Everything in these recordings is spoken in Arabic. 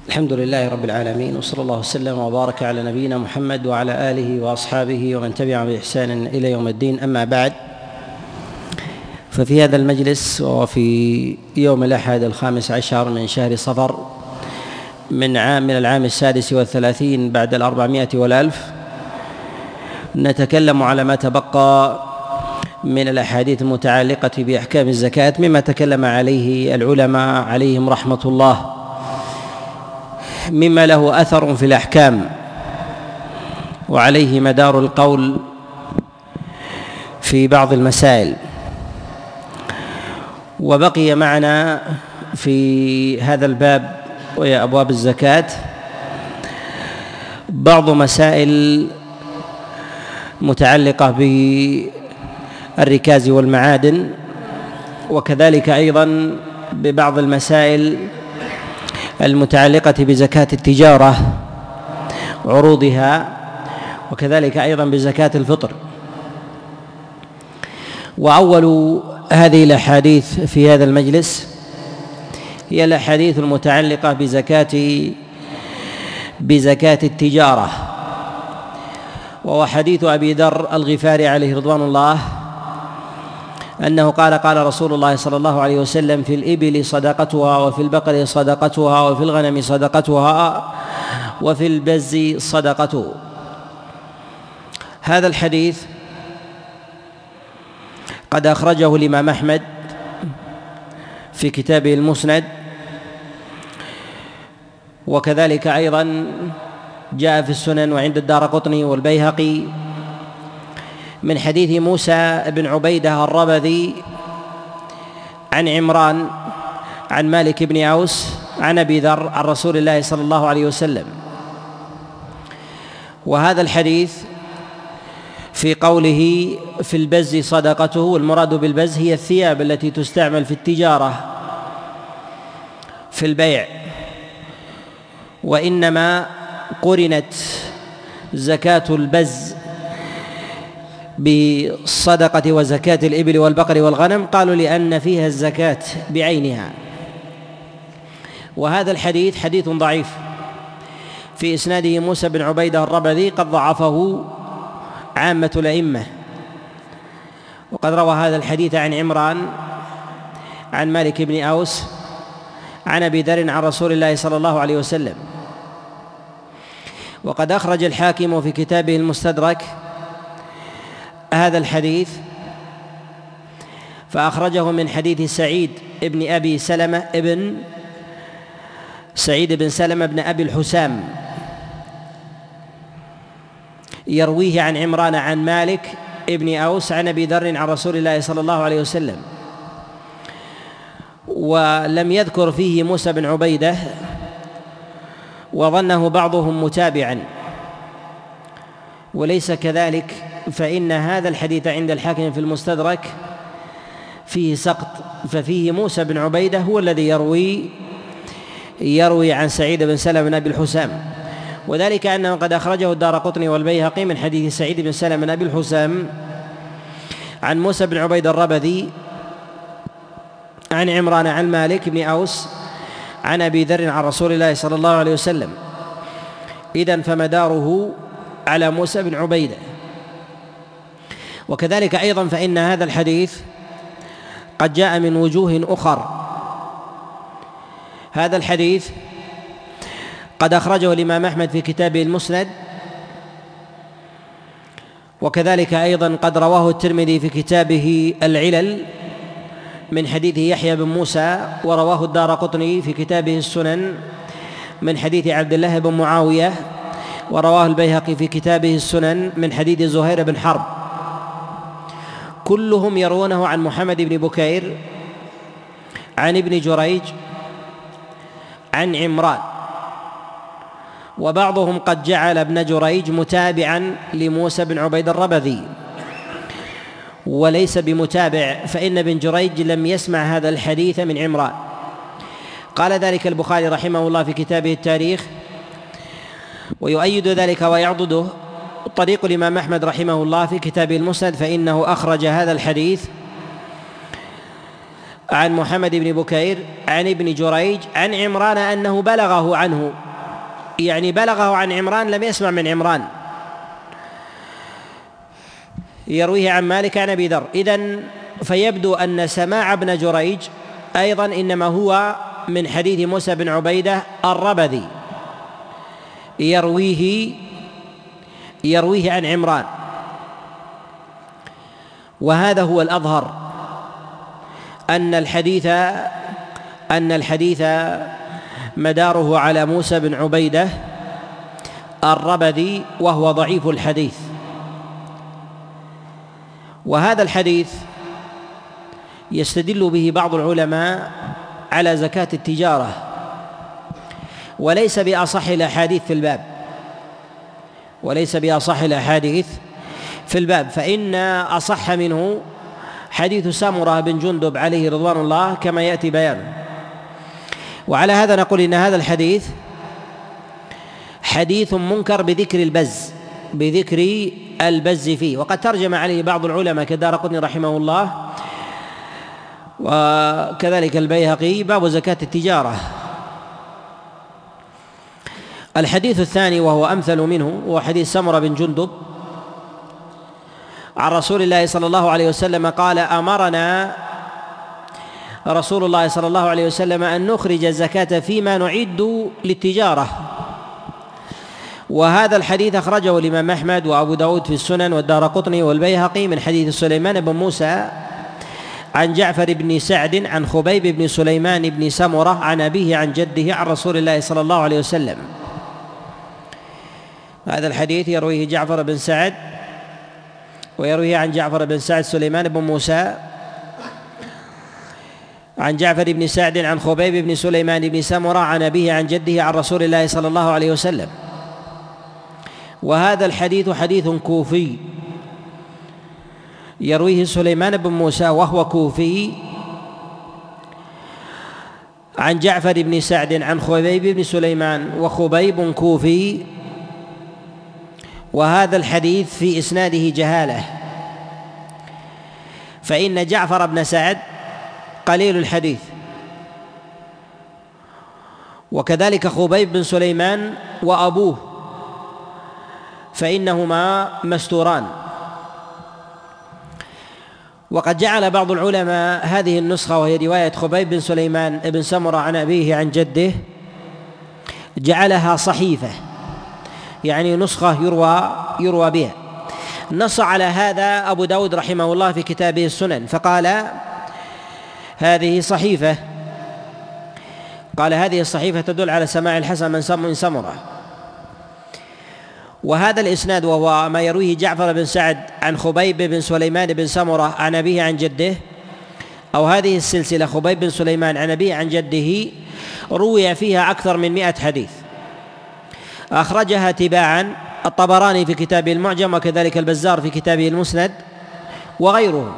الحمد لله رب العالمين، وصلى الله وسلم وبارك على نبينا محمد وعلى آله وأصحابه ومن تبعهم بإحسان إلى يوم الدين. أما بعد، ففي هذا المجلس وفي يوم الأحد 15 من شهر صفر من العام 36 بعد 400 والألف، نتكلم على ما تبقى من الأحاديث المتعلقة بأحكام الزكاة، مما تكلم عليه العلماء عليهم رحمة الله، مما له أثر في الأحكام وعليه مدار القول في بعض المسائل. وبقي معنا في هذا الباب وهي أبواب الزكاة بعض مسائل متعلقة بالركاز والمعادن، وكذلك أيضا ببعض المسائل المتعلقة بزكاة التجارة عروضها، وكذلك أيضا بزكاة الفطر. وأول هذه الأحاديث في هذا المجلس هي الأحاديث المتعلقة بزكاة التجارة، وهو حديث أبي ذر الغفاري عليه رضوان الله أنه قال رسول الله صلى الله عليه وسلم: في الإبل صدقتها، وفي البقر صدقتها، وفي الغنم صدقتها، وفي البز صدقته. هذا الحديث قد أخرجه الإمام أحمد في كتابه المسند، وكذلك أيضا جاء في السنن وعند الدارقطني والبيهقي من حديث موسى بن عبيدة الربذي عن عمران عن مالك بن أوس عن أبي ذر عن رسول الله صلى الله عليه وسلم. وهذا الحديث في قوله في البز صدقته، والمراد بالبز هي الثياب التي تستعمل في التجارة في البيع، وإنما قرنت زكاة البز بالصدقة وزكاة الإبل والبقر والغنم، قالوا لأن فيها الزكاة بعينها. وهذا الحديث حديث ضعيف، في إسناده موسى بن عبيدة الربذي قد ضعفه عامة الأئمة، وقد روى هذا الحديث عن عمران عن مالك بن أوس عن أبي ذر عن رسول الله صلى الله عليه وسلم. وقد أخرج الحاكم في كتابه المستدرك هذا الحديث، فأخرجه من حديث سعيد بن سلمة بن أبي الحسام يرويه عن عمران عن مالك ابن أوس عن أبي ذر عن رسول الله صلى الله عليه وسلم، ولم يذكر فيه موسى بن عبيدة، وظنه بعضهم متابعا، وليس كذلك، فإن هذا الحديث عند الحاكم في المستدرك فيه سقط، ففيه موسى بن عبيدة هو الذي يروي عن سعيد بن سلمة بن أبي الحسام، وذلك أنه قد أخرجه الدارقطني والبيهقي من حديث سعيد بن سلمة بن أبي الحسام عن موسى بن عبيدة الربذي عن عمران عن مالك بن أوس عن أبي ذر عن رسول الله صلى الله عليه وسلم. إذن فمداره على موسى بن عبيدة. وكذلك أيضا فإن هذا الحديث قد جاء من وجوه أخر. هذا الحديث قد أخرجه الإمام أحمد في كتابه المسند، وكذلك أيضا قد رواه الترمذي في كتابه العلل من حديث يحيى بن موسى، ورواه الدارقطني في كتابه السنن من حديث عبد الله بن معاوية، ورواه البيهقي في كتابه السنن من حديث زهير بن حرب، كلهم يروونه عن محمد بن بكير عن ابن جريج عن عمران، وبعضهم قد جعل ابن جريج متابعا لموسى بن عبيد الربذي، وليس بمتابع، فإن ابن جريج لم يسمع هذا الحديث من عمران. قال ذلك البخاري رحمه الله في كتابه التاريخ، ويؤيد ذلك ويعضده طريق الإمام أحمد رحمه الله في كتابه المسند، فإنه أخرج هذا الحديث عن محمد بن بكير عن ابن جريج عن عمران أنه بلغه عنه، يعني بلغه عن عمران، لم يسمع من عمران، يرويه عن مالك عن أبي ذر. إذن فيبدو أن سماع ابن جريج أيضا إنما هو من حديث موسى بن عبيدة الربذي، يرويه عن عمران، وهذا هو الأظهر أن الحديث مداره على موسى بن عبيدة الربذي، وهو ضعيف الحديث. وهذا الحديث يستدل به بعض العلماء على زكاة التجارة، وليس بأصح الأحاديث في الباب، فإن أصح منه حديث سمرة بن جندب عليه رضوان الله كما يأتي بيانه. وعلى هذا نقول إن هذا الحديث حديث منكر بذكر البز فيه، وقد ترجم عليه بعض العلماء كالدارقطني رحمه الله، وكذلك البيهقي، باب زكاة التجارة. الحديث الثاني وهو أمثل منه هو حديث سمرة بن جندب عن رسول الله صلى الله عليه وسلم قال: أمرنا رسول الله صلى الله عليه وسلم أن نخرج الزكاة فيما نعد للتجارة. وهذا الحديث أخرجه الإمام أحمد وأبو داود في السنن والدارقطني والبيهقي من حديث سليمان بن موسى عن جعفر بن سعد عن خبيب بن سليمان بن سمرة عن أبيه عن جده عن رسول الله صلى الله عليه وسلم. هذا الحديث يرويه جعفر بن سعد، ويرويه عن جعفر بن سعد سليمان بن موسى عن جعفر بن سعد عن خبيب بن سليمان بن سمرة عن أبيه عن جده عن رسول الله صلى الله عليه وسلم. وهذا الحديث حديث كوفي، يرويه سليمان بن موسى وهو كوفي عن جعفر بن سعد عن خبيب بن سليمان، وخبيب كوفي، وهذا الحديث في إسناده جهالة، فإن جعفر بن سعد قليل الحديث، وكذلك خبيب بن سليمان وأبوه فإنهما مستوران. وقد جعل بعض العلماء هذه النسخة، وهي رواية خبيب بن سليمان بن سمرة عن أبيه عن جده، جعلها صحيفة، يعني نسخة يروى بها. نص على هذا أبو داود رحمه الله في كتابه السنن، فقال: هذه صحيفة، قال: هذه الصحيفة تدل على سماع الحسن من سمرة. وهذا الإسناد وهو ما يرويه جعفر بن سعد عن خبيب بن سليمان بن سمرة عن أبيه عن جده، أو هذه السلسلة خبيب بن سليمان عن أبيه عن جده، روي فيها أكثر من 100 حديث، أخرجها تباعا الطبراني في كتابه المعجم، وكذلك البزار في كتابه المسند وغيره،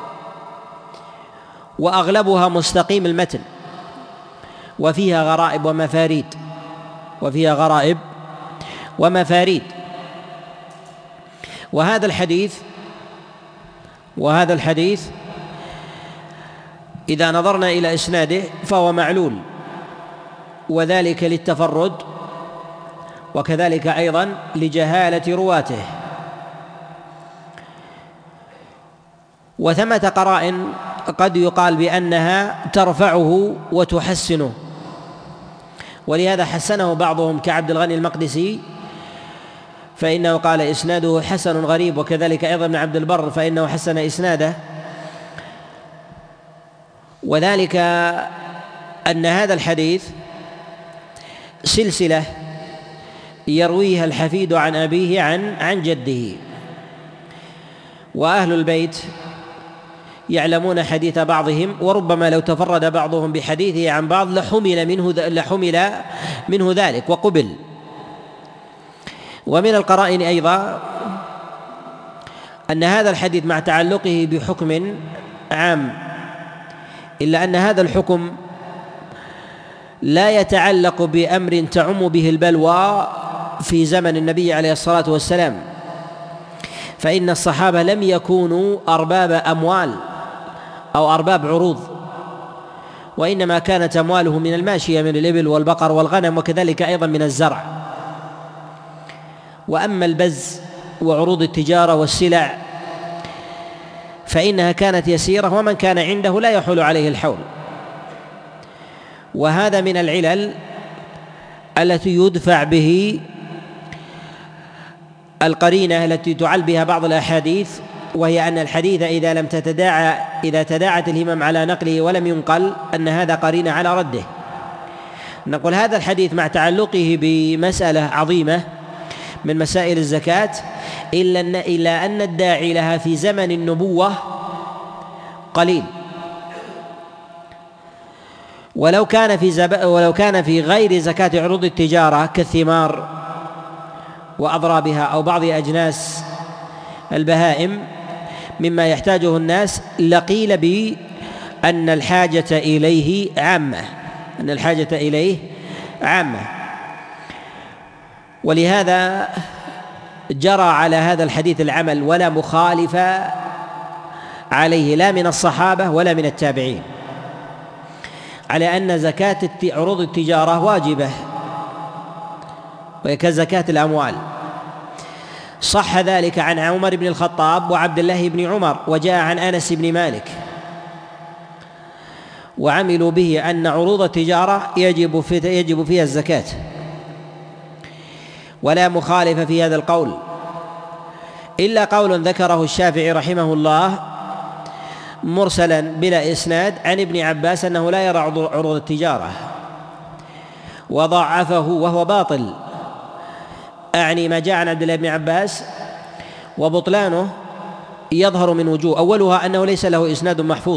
وأغلبها مستقيم المتن، وفيها غرائب ومفاريد. وهذا الحديث إذا نظرنا إلى إسناده فهو معلول، وذلك للتفرد، وكذلك أيضا لجهالة رواته. وثمة قرائن قد يقال بأنها ترفعه وتحسنه، ولهذا حسنه بعضهم كعبد الغني المقدسي، فإنه قال إسناده حسن غريب، وكذلك أيضا ابن عبد البر فإنه حسن إسناده. وذلك أن هذا الحديث سلسلة يرويها الحفيد عن أبيه عن جده، وأهل البيت يعلمون حديث بعضهم، وربما لو تفرد بعضهم بحديثه عن بعض لحمل منه ذلك وقبل. ومن القرائن أيضا أن هذا الحديث مع تعلقه بحكم عام، إلا أن هذا الحكم لا يتعلق بأمر تعم به البلوى في زمن النبي عليه الصلاة والسلام، فإن الصحابة لم يكونوا أرباب أموال أو أرباب عروض، وإنما كانت أمواله من الماشية من الإبل والبقر والغنم، وكذلك أيضا من الزرع. وأما البز وعروض التجارة والسلع فإنها كانت يسيرة، ومن كان عنده لا يحول عليه الحول. وهذا من العلل التي يدفع به القرينة التي تعل بها بعض الأحاديث، وهي أن الحديث إذا تداعت الهمم على نقله ولم ينقل أن هذا قرينة على رده. نقول هذا الحديث مع بمسألة عظيمة من مسائل الزكاة، إلا أن الداعي لها في زمن النبوة قليل، ولو كان في غير زكاة عروض التجارة كالثمار وأضرابها أو بعض أجناس البهائم مما يحتاجه الناس لقيل بأن الحاجة إليه عامة، ولهذا جرى على هذا الحديث العمل ولا مخالف عليه لا من الصحابة ولا من التابعين، على أن زكاة عروض التجارة واجبة وهي كزكاة الأموال. صح ذلك عن عمر بن الخطاب وعبد الله بن عمر، وجاء عن أنس بن مالك، وعملوا به أن عروض التجارة يجب فيها الزكاة، ولا مخالف في هذا القول، إلا قول ذكره الشافعي رحمه الله مرسلا بلا إسناد عن ابن عباس أنه لا يرى عروض التجارة، وضعفه وهو باطل، أعني ما جاء عن عبد الله بن عباس، وبطلانه يظهر من وجوه: أولها أنه ليس له إسناد محفوظ،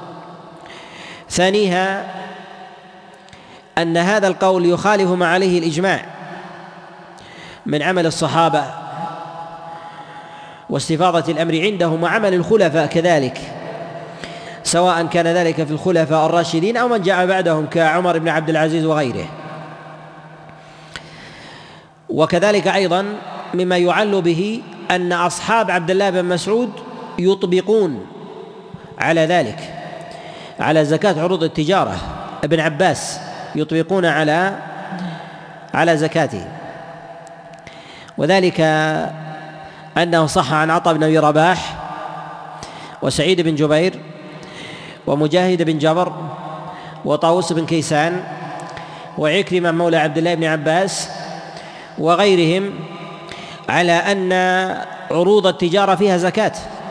ثانيها أن هذا القول يخالف ما عليه الإجماع من عمل الصحابة واستفاضة الأمر عندهم وعمل الخلفاء كذلك، سواء كان ذلك في الخلفاء الراشدين أو من جاء بعدهم كعمر بن عبد العزيز وغيره. وكذلك أيضا مما يعل به أن أصحاب عبد الله بن مسعود يطبقون على ذلك، على زكاة عروض التجارة. ابن عباس يطبقون على زكاته، وذلك أنه صح عن عطاء بن أبي رباح وسعيد بن جبير ومجاهد بن جبر وطاووس بن كيسان وعكرمة مولى عبد الله بن عباس وغيرهم على أن عروض التجارة فيها زكاة.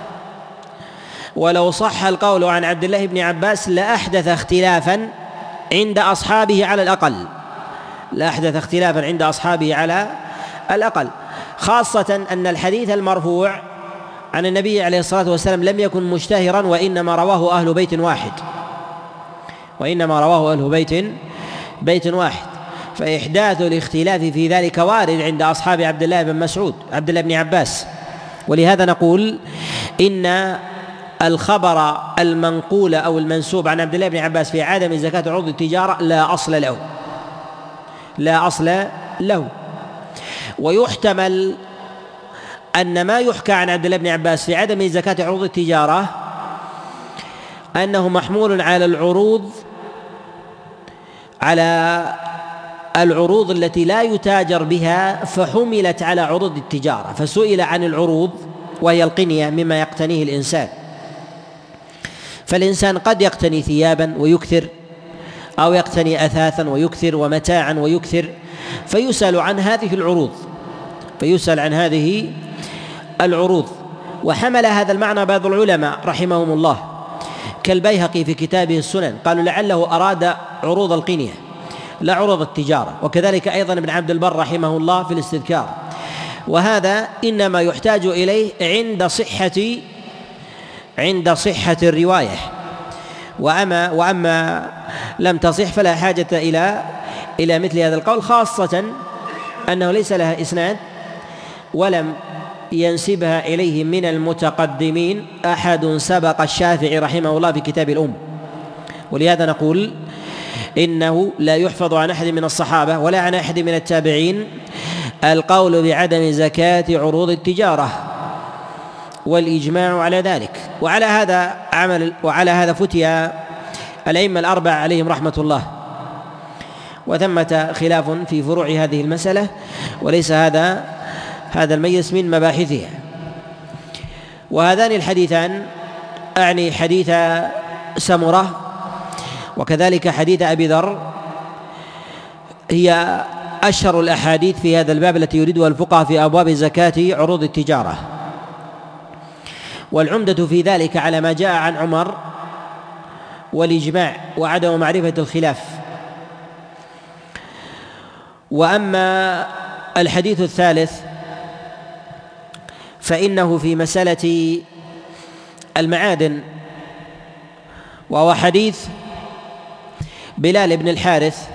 ولو صح القول عن عبد الله بن عباس لأحدث اختلافا عند أصحابه على الأقل، خاصة أن الحديث المرفوع عن النبي عليه الصلاة والسلام لم يكن مشتهرا، وإنما رواه أهل بيت واحد، فإحداث الاختلاف في ذلك وارد عند أصحاب عبد الله بن عباس. ولهذا نقول إن الخبر المنقول أو المنسوب عن عبد الله بن عباس في عدم زكاة عروض التجارة لا أصل له. ويحتمل أن ما يحكى عن عبد الله بن عباس في عدم زكاة عروض التجارة أنه محمول على العروض التي لا يتاجر بها، فحملت على عروض التجارة، فسئل عن العروض وهي القنية مما يقتنيه الإنسان. فالإنسان قد يقتني ثيابا ويكثر، أو يقتني أثاثا ويكثر ومتاعا ويكثر، فيسأل عن هذه العروض. وحمل هذا المعنى بعض العلماء رحمهم الله كالبيهقي في كتابه السنن، قالوا لعله أراد عروض القنية لا عروض التجارة، وكذلك أيضا ابن عبد البر رحمه الله في الاستذكار. وهذا إنما يحتاج إليه عند صحة الرواية، وأما لم تصح فلا حاجة إلى مثل هذا القول، خاصة أنه ليس لها إسناد ولم ينسبها إليه من المتقدمين أحد سبق الشافعي رحمه الله في كتاب الأم. ولهذا نقول إنه لا يحفظ عن أحد من الصحابة ولا عن أحد من التابعين القول بعدم زكاة عروض التجارة، والإجماع على ذلك. وعلى هذا فتي الأئمة الأربعة عليهم رحمة الله، وثمة خلاف في فروع هذه المسألة، وليس هذا المجلس من مباحثها. وهذان الحديثان أعني حديث سمرة وكذلك حديث أبي ذر هي أشهر الأحاديث في هذا الباب التي يريدها الفقهاء في أبواب زكاة عروض التجارة، والعمدة في ذلك على ما جاء عن عمر والإجماع وعدم معرفة الخلاف. وأما الحديث الثالث فإنه في مسألة المعادن، وهو حديث بلال بن الحارث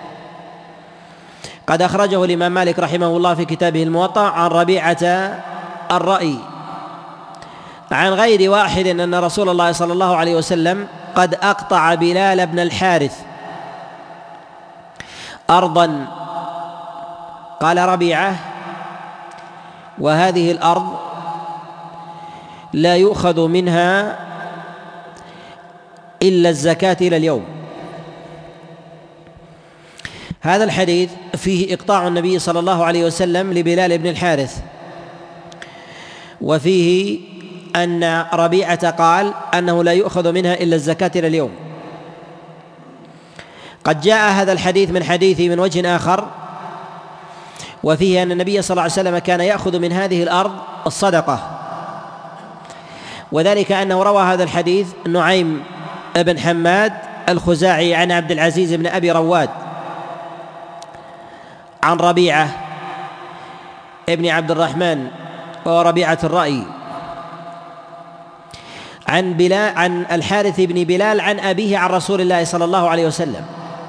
قد أخرجه الإمام مالك رحمه الله في كتابه الموطأ عن ربيعة الرأي عن غير واحد أن رسول الله صلى الله عليه وسلم قد أقطع بلال بن الحارث أرضا. قال ربيعة: وهذه الأرض لا يؤخذ منها إلا الزكاة إلى اليوم. هذا الحديث فيه إقطاع النبي صلى الله عليه وسلم لبلال بن الحارث، وفيه أن ربيعة قال أنه لا يؤخذ منها إلا الزكاة إلى اليوم. قد جاء هذا الحديث من حديث من وجه آخر، وفيه أن النبي صلى الله عليه وسلم كان يأخذ من هذه الأرض الصدقة، وذلك أنه روى هذا الحديث نعيم بن حماد الخزاعي عن عبد العزيز بن أبي رواد عن ربيعة ابن عبد الرحمن وربيعة الرأي عن الحارث بن بلال عن أبيه عن رسول الله صلى الله عليه وسلم،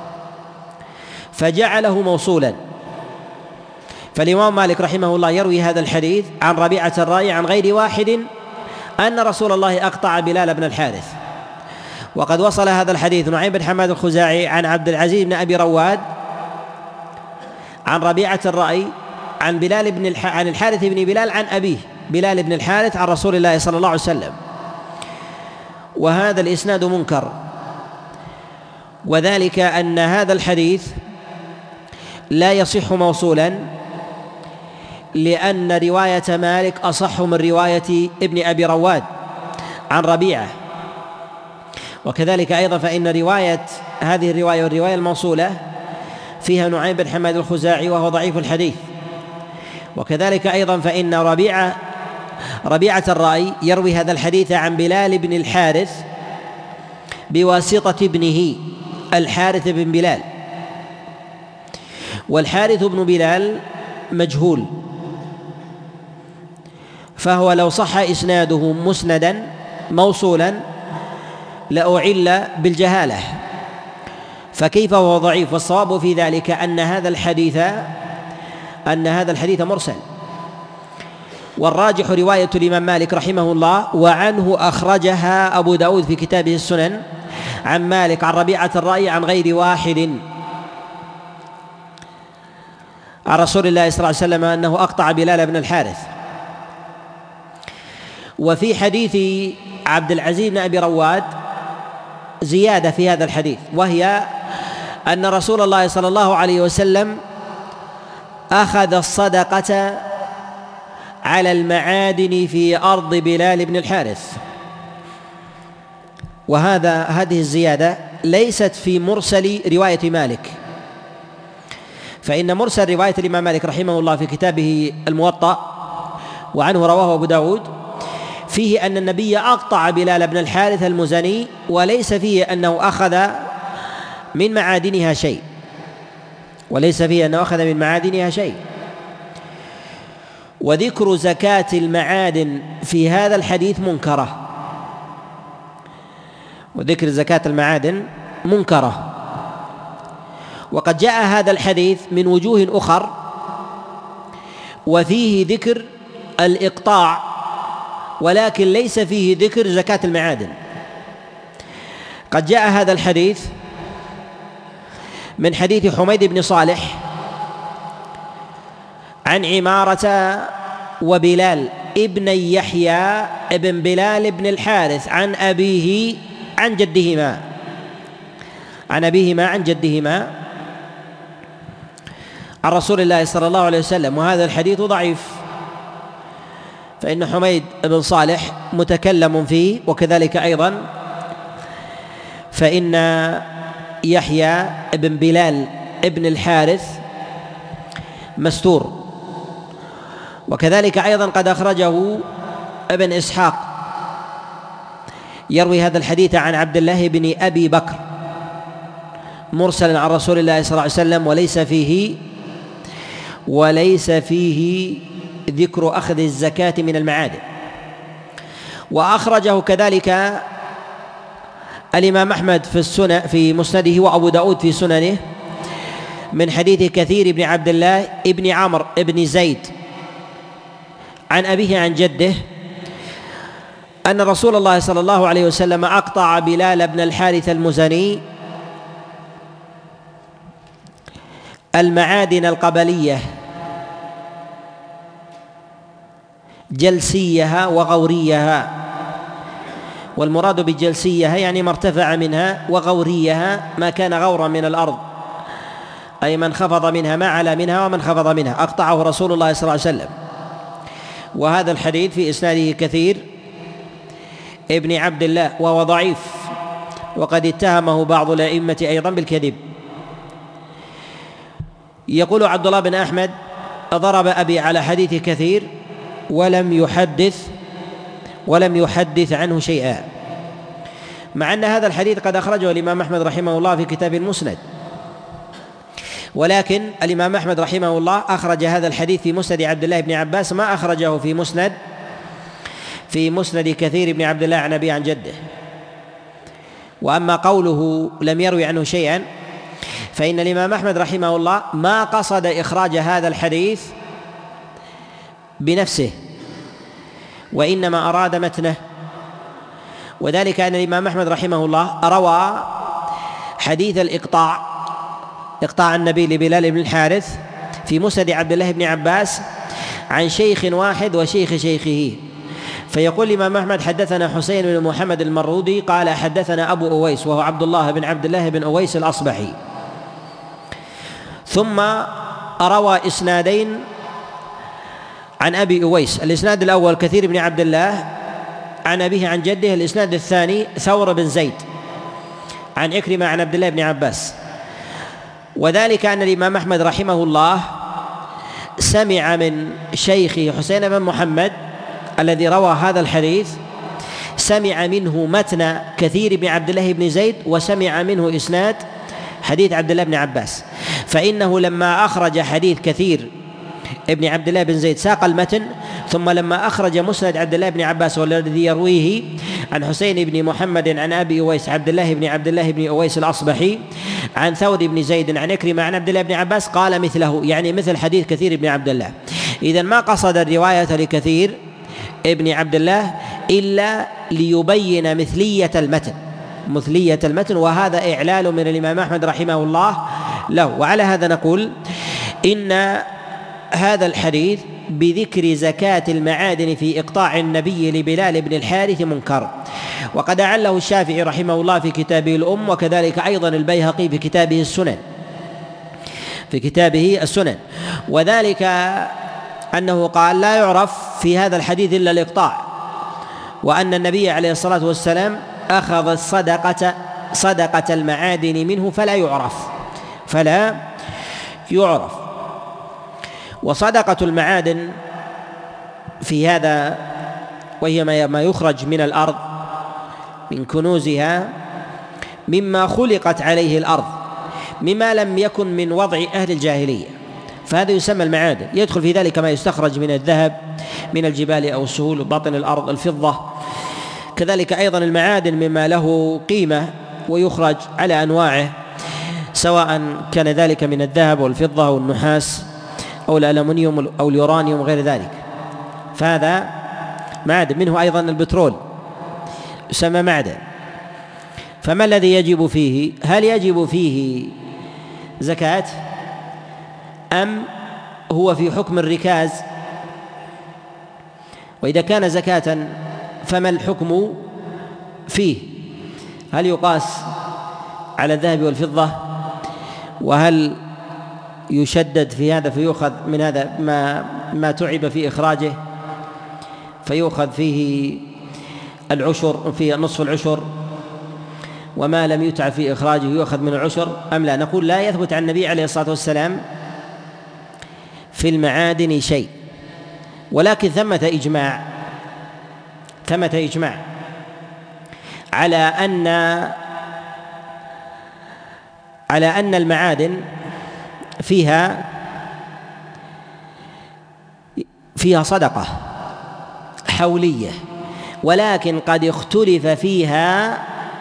فجعله موصولا. فالإمام مالك رحمه الله يروي هذا الحديث عن ربيعة الرأي عن غير واحد أن رسول الله أقطع بلال بن الحارث. وقد وصل هذا الحديث نعيم بن حماد الخزاعي عن عبد العزيز بن أبي رواد عن ربيعة الرأي عن الحارث بن بلال عن أبيه بلال بن الحارث عن رسول الله صلى الله عليه وسلم، وهذا الإسناد منكر، وذلك أن هذا الحديث لا يصح موصولا، لأن رواية مالك أصح من رواية ابن أبي رواد عن ربيعة. وكذلك أيضا فإن هذه الرواية والرواية الموصولة فيها نعيم بن حماد الخزاعي وهو ضعيف الحديث. وكذلك أيضا فإن ربيعة الرأي يروي هذا الحديث عن بلال بن الحارث بواسطة ابنه الحارث بن بلال، والحارث بن بلال مجهول، فهو لو صح إسناده مسندا موصولا لأعل بالجهالة، فكيف هو ضعيف؟ والصواب في ذلك أن هذا الحديث مرسل. والراجح رواية الإمام مالك رحمه الله، وعنه أخرجها أبو داود في كتابه السنن عن مالك عن ربيعة الرأي عن غير واحد عن رسول الله صلى الله عليه وسلم أنه أقطع بلال بن الحارث. وفي حديث عبد العزيز بن أبي رواد زيادة في هذا الحديث، وهي أن رسول الله صلى الله عليه وسلم أخذ الصدقة على المعادن في أرض بلال بن الحارث. هذه الزيادة ليست في مرسل رواية مالك، فإن مرسل رواية الإمام مالك رحمه الله في كتابه الموطأ وعنه رواه أبو داود فيه أن النبي أقطع بلال بن الحارث المزني، وليس فيه أنه أخذ من معادنها شيء، وذكر زكاة المعادن في هذا الحديث منكرة، وقد جاء هذا الحديث من وجوه أخر وفيه ذكر الإقطاع، ولكن ليس فيه ذكر زكاة المعادن. قد جاء هذا الحديث من حديث حميد بن صالح عن عمارة وبلال ابن يحيى ابن بلال بن الحارث عن أبيه عن جدهما عن أبيهما عن جدهما عن رسول الله صلى الله عليه وسلم. وهذا الحديث ضعيف، فإن حميد بن صالح متكلم فيه، وكذلك أيضا فإن يحيى بن بلال ابن الحارث مستور، وكذلك أيضا قد أخرجه ابن إسحاق يروي هذا الحديث عن عبد الله بن أبي بكر مرسلا عن رسول الله صلى الله عليه وسلم، وليس فيه ذكر أخذ الزكاة من المعادن. وأخرجه كذلك الإمام أحمد في السنن في مسنده، وأبو داود في سننه، من حديث كثير بن عبد الله ابن عمرو ابن زيد عن أبيه عن جده أن رسول الله صلى الله عليه وسلم أقطع بلال بن الحارث المزني المعادن القبلية جلسيها وغوريها. والمراد بجلسيها يعني ما ارتفع منها، وغوريها ما كان غورا من الأرض، أي من خفض منها، ما علا منها ومن خفض منها، أقطعه رسول الله صلى الله عليه وسلم. وهذا الحديث في إسناده كثير ابن عبد الله وهو ضعيف، وقد اتهمه بعض الأئمة أيضا بالكذب. يقول عبد الله بن أحمد: ضرب أبي على حديث كثير ولم يحدث عنه شيئا، مع أن هذا الحديث قد أخرجه الإمام أحمد رحمه الله في كتاب المسند، ولكن الإمام أحمد رحمه الله أخرج هذا الحديث في مسند عبد الله بن عباس، ما أخرجه في مسند كثير بن عبد الله عن أبي عن جده. وأما قوله لم يروي عنه شيئا، فإن الإمام أحمد رحمه الله ما قصد إخراج هذا الحديث بنفسه، وإنما أراد متنه، وذلك أن الإمام أحمد رحمه الله روى حديث إقطاع النبي لبلال بن الحارث في مسند عبد الله بن عباس عن شيخ واحد وشيخ شيخه. فيقول الإمام أحمد: حدثنا حسين بن محمد المرودي قال حدثنا أبو أويس، وهو عبد الله بن أويس الأصبحي. ثم روى إسنادين عن أبي أويس، الإسناد الأول كثير بن عبد الله عن أبيه عن جده، الإسناد الثاني ثور بن زيد عن عكرمة عن عبد الله بن عباس. وذلك أن الإمام أحمد رحمه الله سمع من شيخه حسين بن محمد الذي روى هذا الحديث، سمع منه متن كثير بن عبد الله بن زيد، وسمع منه إسناد حديث عبد الله بن عباس. فإنه لما أخرج حديث كثير ابن عبد الله بن زيد ساق المتن، ثم لما أخرج مسند عبد الله بن عباس والذي يرويه عن حسين بن محمد عن أبي أويس عبد الله بن أويس الأصبحي عن ثور بن زيد عن عكرمة عن عبد الله بن عباس قال مثله، يعني مثل حديث كثير بن عبد الله. إذن ما قصد الرواية لكثير ابن عبد الله إلا ليبين مثلية المتن، وهذا إعلال من الإمام أحمد رحمه الله له. وعلى هذا نقول إن هذا الحديث بذكر زكاة المعادن في إقطاع النبي لبلال بن الحارث منكر، وقد أعله الشافعي رحمه الله في كتابه الأم، وكذلك أيضا البيهقي في كتابه السنن. وذلك أنه قال: لا يعرف في هذا الحديث إلا الإقطاع، وأن النبي عليه الصلاة والسلام أخذ صدقة المعادن منه فلا يعرف. وصدقة المعادن في هذا، وهي ما يخرج من الأرض من كنوزها مما خلقت عليه الأرض، مما لم يكن من وضع أهل الجاهلية، فهذا يسمى المعادن. يدخل في ذلك ما يستخرج من الذهب من الجبال أو السهول وباطن الأرض، الفضة، كذلك أيضا المعادن مما له قيمة ويخرج على أنواعه، سواء كان ذلك من الذهب والفضة أو النحاس أو الألمنيوم أو اليورانيوم وغير ذلك، فهذا معدن. منه أيضا البترول يسمى معدن. فما الذي يجب فيه؟ هل يجب فيه زكاة أم هو في حكم الركاز؟ وإذا كان زكاة فما الحكم فيه؟ هل يقاس على الذهب والفضة؟ وهل يشدد في هذا فيؤخذ من هذا ما تعب في إخراجه فيؤخذ فيه العشر، في نصف العشر، وما لم يتعب في إخراجه يؤخذ من العشر أم لا؟ نقول لا يثبت عن النبي عليه الصلاة والسلام في المعادن شيء، ولكن ثمة إجماع على أن المعادن فيها صدقة حولية، ولكن قد اختلف فيها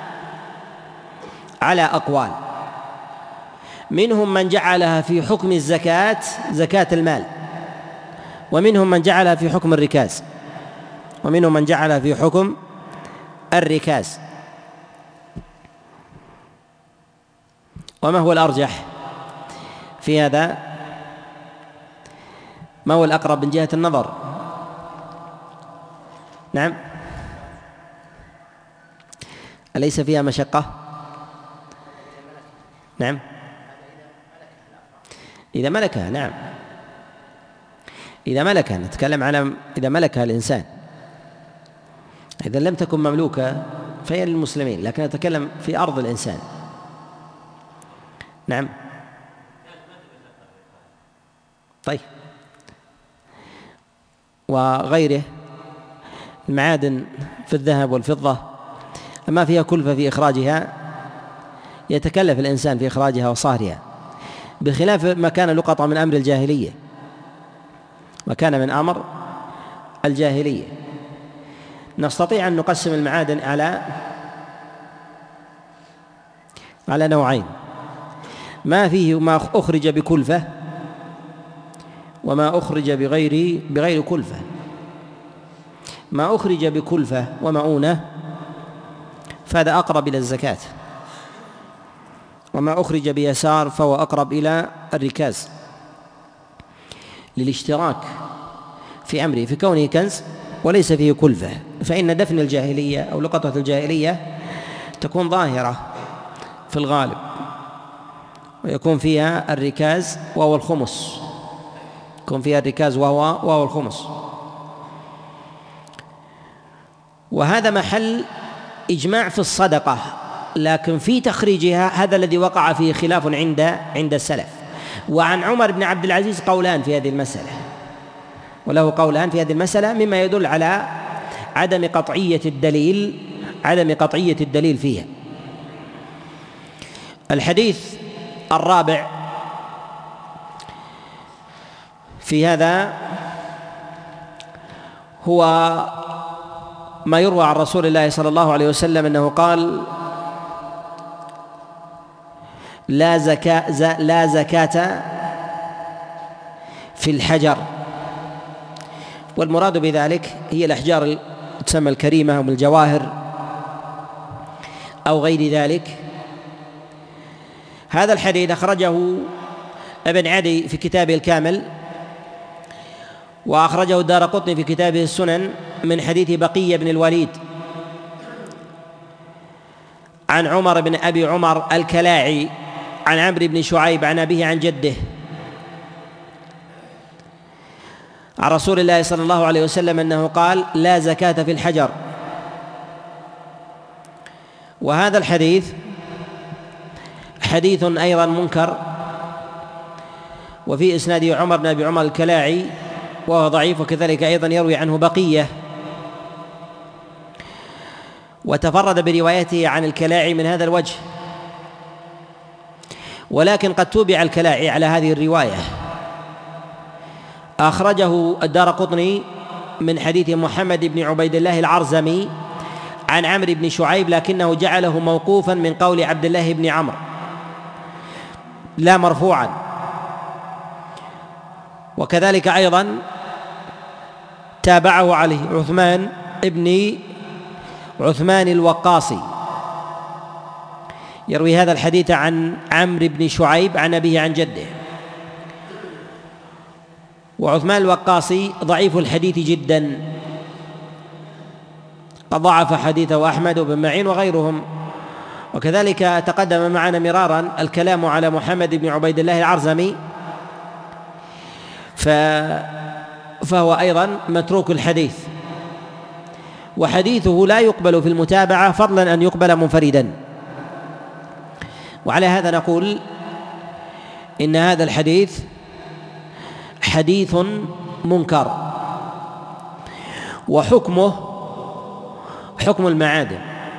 على أقوال. منهم من جعلها في حكم الزكاة، زكاة المال، ومنهم من جعلها في حكم الركاز، ومنهم من جعلها في حكم الركاز. وما هو الأرجح في هذا؟ ما هو الأقرب من جهة النظر؟ نعم، أليس فيها مشقة؟ نعم، إذا ملكها. نعم، إذا ملكها، نتكلم عن إذا ملكها الإنسان. إذا لم تكن مملوكة فهي للمسلمين، لكن نتكلم في أرض الإنسان. نعم. طيب، وغيره المعادن في الذهب والفضة أما فيها كلفة في إخراجها، يتكلف الإنسان في إخراجها وصهرها، بخلاف ما كان لقطة من أمر الجاهلية، ما كان من أمر الجاهلية. نستطيع أن نقسم المعادن على نوعين: ما فيه ما أخرج بكلفة، وما أخرج بغير كلفة. ما أخرج بكلفة ومؤونة فهذا أقرب إلى الزكاة، وما أخرج بيسار فهو أقرب إلى الركاز، للاشتراك في أمره، في كونه كنز وليس فيه كلفة. فإن دفن الجاهلية أو لقطة الجاهلية تكون ظاهرة في الغالب، ويكون فيها الركاز وهو الخمس، يكون فيها الركاز وهو الخمس. وهذا محل إجماع في الصدقة، لكن في تخريجها هذا الذي وقع فيه خلاف عند السلف. وعن عمر بن عبد العزيز قولان في هذه المسألة، وله قولان في هذه المسألة، مما يدل على عدم قطعية الدليل فيها. الحديث الرابع في هذا هو ما يروى عن رسول الله صلى الله عليه وسلم أنه قال: لا زكاة في الحجر. والمراد بذلك هي الأحجار تسمى الكريمة أو الجواهر أو غير ذلك. هذا الحديث أخرجه ابن عدي في كتابه الكامل، وأخرجه الدارقطني في كتابه السنن من حديث بقية بن الوليد عن عمر بن أبي عمر الكلاعي عن عمرو بن شعيب عن أبيه عن جده عن رسول الله صلى الله عليه وسلم أنه قال: لا زكاة في الحجر. وهذا الحديث حديث أيضا منكر، وفي إسناده عمر بن أبي عمر الكلاعي وهو ضعيف، وكذلك أيضا يروي عنه بقية، وتفرد بروايته عن الكلاعي من هذا الوجه، ولكن قد توبع الكلاعي على هذه الرواية. أخرجه الدارقطني من حديث محمد بن عبيد الله العرزمي عن عمرو بن شعيب، لكنه جعله موقوفا من قول عبد الله بن عمرو لا مرفوعا. وكذلك أيضا تابعه عليه عثمان الوقاصي يروي هذا الحديث عن عمرو بن شعيب عن أبيه عن جده. وعثمان الوقاصي ضعيف الحديث جدا، قد ضعف حديثه أحمد وابن معين وغيرهم، وكذلك تقدم معنا مرارا الكلام على محمد بن عبيد الله العرزمي، فهو أيضا متروك الحديث، وحديثه لا يقبل في المتابعة فضلا أن يقبل منفردا. وعلى هذا نقول إن هذا الحديث حديث منكر، وحكمه حكم المعادن،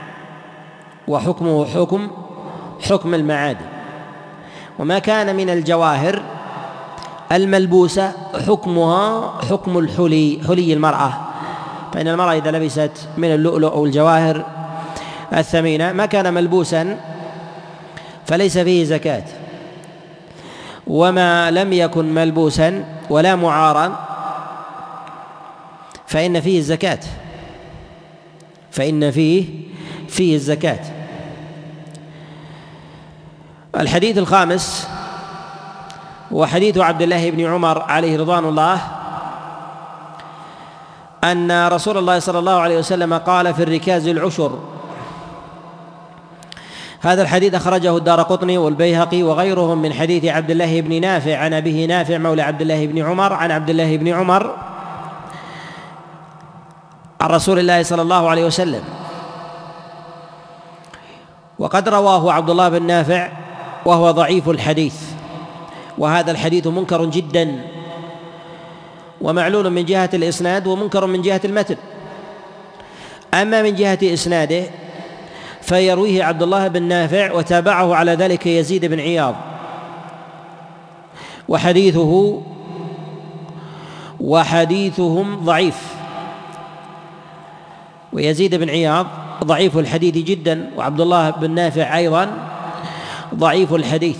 وحكمه حكم المعادن. وما كان من الجواهر الملبوسة حكمها حكم حلي المرأة، فإن المرأة إذا لبست من اللؤلؤ أو الجواهر الثمينة ما كان ملبوسا فليس فيه زكاة، وما لم يكن ملبوسا ولا معارا فإن فيه الزكاة، فإن فيه الزكاة. الحديث الخامس وحديث عبد الله بن عمر عليه رضوان الله أن رسول الله صلى الله عليه وسلم قال في الركاز العشر. هذا الحديث أخرجه الدارقطني والبيهقي وغيرهم من حديث عبد الله بن نافع عن أبيه نافع مولى عبد الله بن عمر عن عبد الله بن عمر عن رسول الله صلى الله عليه وسلم. وقد رواه عبد الله بن نافع وهو ضعيف الحديث، وهذا الحديث منكر جدا، ومعلول من جهة الإسناد ومنكر من جهة المتن. أما من جهة إسناده فيرويه عبد الله بن نافع وتابعه على ذلك يزيد بن عياض، وحديثهم ضعيف، ويزيد بن عياض ضعيف الحديث جدا، وعبد الله بن نافع أيضا ضعيف الحديث.